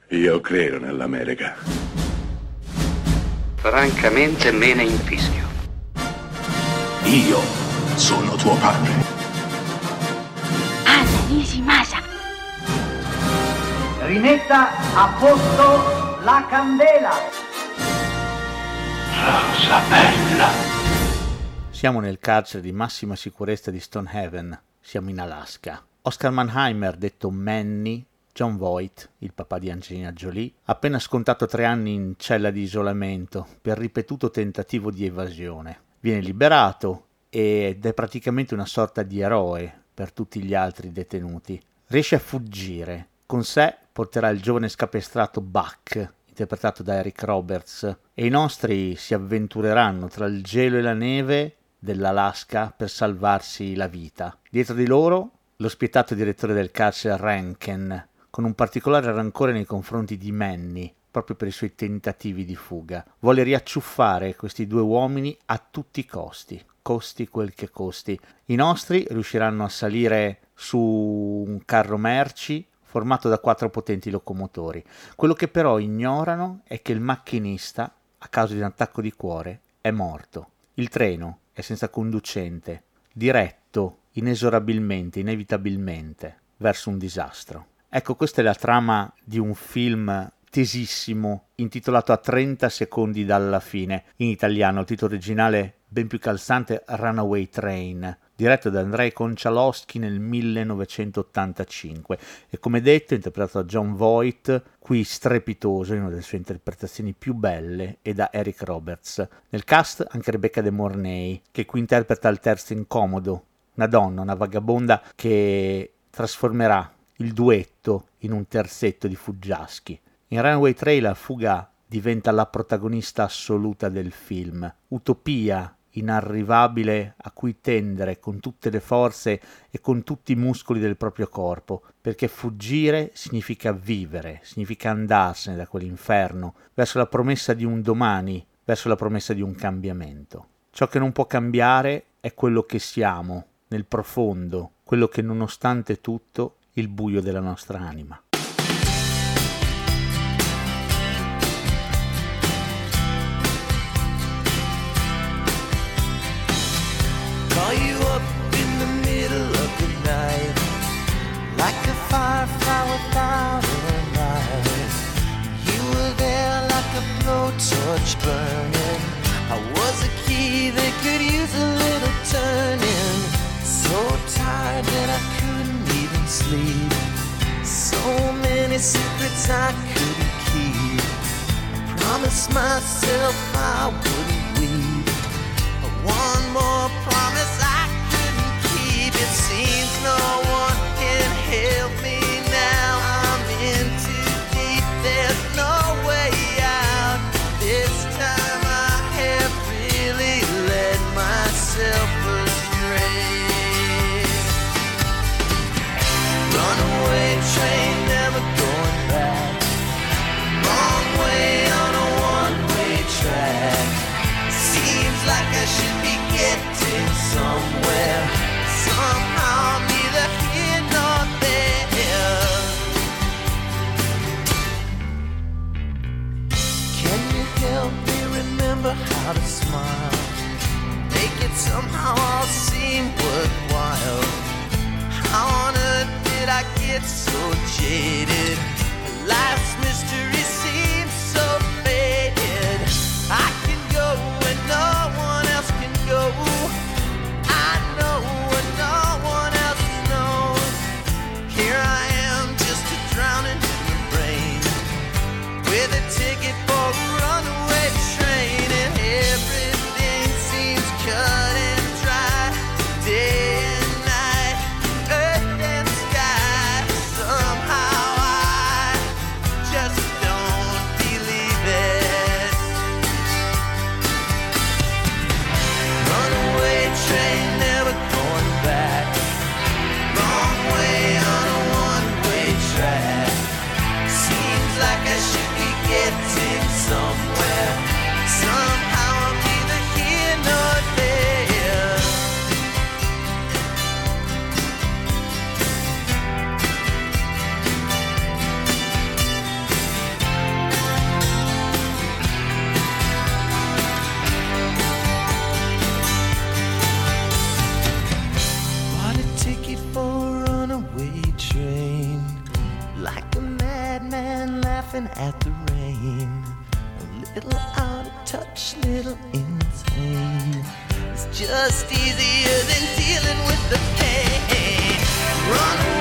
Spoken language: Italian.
Io credo nell'America. Francamente me ne infischio. Io sono tuo padre. Anna Nishimasa. Rimetta a posto la candela. Rosa bella. Siamo nel carcere di massima sicurezza di Stonehaven. Siamo in Alaska. Oscar Mannheimer, detto Manny, Jon Voight, il papà di Angelina Jolie, ha appena scontato 3 anni in cella di isolamento per ripetuto tentativo di evasione. Viene liberato ed è praticamente una sorta di eroe per tutti gli altri detenuti. Riesce a fuggire. Con sé porterà il giovane scapestrato Buck, interpretato da Eric Roberts, e i nostri si avventureranno tra il gelo e la neve dell'Alaska per salvarsi la vita. Dietro di loro lo spietato direttore del carcere Rankin, con un particolare rancore nei confronti di Manny, proprio per i suoi tentativi di fuga. Vuole riacciuffare questi 2 uomini a tutti i costi quel che costi. I nostri riusciranno a salire su un carro merci formato da 4 potenti locomotori. Quello che però ignorano è che il macchinista, a causa di un attacco di cuore, è morto. Il treno è senza conducente, diretto inesorabilmente, inevitabilmente, verso un disastro. Ecco, questa è la trama di un film tesissimo, intitolato A 30 secondi dalla fine. In italiano, il titolo originale ben più calzante, Runaway Train, diretto da Andrei Konchalovsky nel 1985 e, come detto, interpretato da Jon Voight, qui strepitoso in una delle sue interpretazioni più belle, e da Eric Roberts. Nel cast anche Rebecca De Mornay, che qui interpreta il terzo incomodo, una donna, una vagabonda che trasformerà il duetto in un terzetto di fuggiaschi. In Runaway Train la fuga diventa la protagonista assoluta del film, utopia inarrivabile a cui tendere con tutte le forze e con tutti i muscoli del proprio corpo, perché fuggire significa vivere, significa andarsene da quell'inferno, verso la promessa di un domani, verso la promessa di un cambiamento. Ciò che non può cambiare è quello che siamo, nel profondo, quello che nonostante tutto il buio della nostra anima. Call you up in the middle of the night, like a firefly without a light. You were there like a blowtorch burning. I was a key that could use a little turning. So tired that I couldn't even sleep. So many secrets I couldn't keep. I promised myself I wouldn't weep. One more promise I couldn't keep. It seems no one can help me now. I'm in too deep, there's no way out. This time I have really led myself astray. Runaway train, never going back. Wrong way on a one-way track. Seems like I should be getting somewhere. Somehow I'm neither here nor there. Can you help me remember how to smile? Make it somehow all seem worthwhile. How on earth did I get so jaded? Life's mystery seems so faded. I can go where no one else can go. I know what no one else knows. Here I am, just a drowning in the rain, with a ticket for a runaway train, and everything seems cut and dry. Day and night, earth and sky. Somehow I laughing at the rain. A little out of touch, little insane. It's just easier than dealing with the pain. Run away.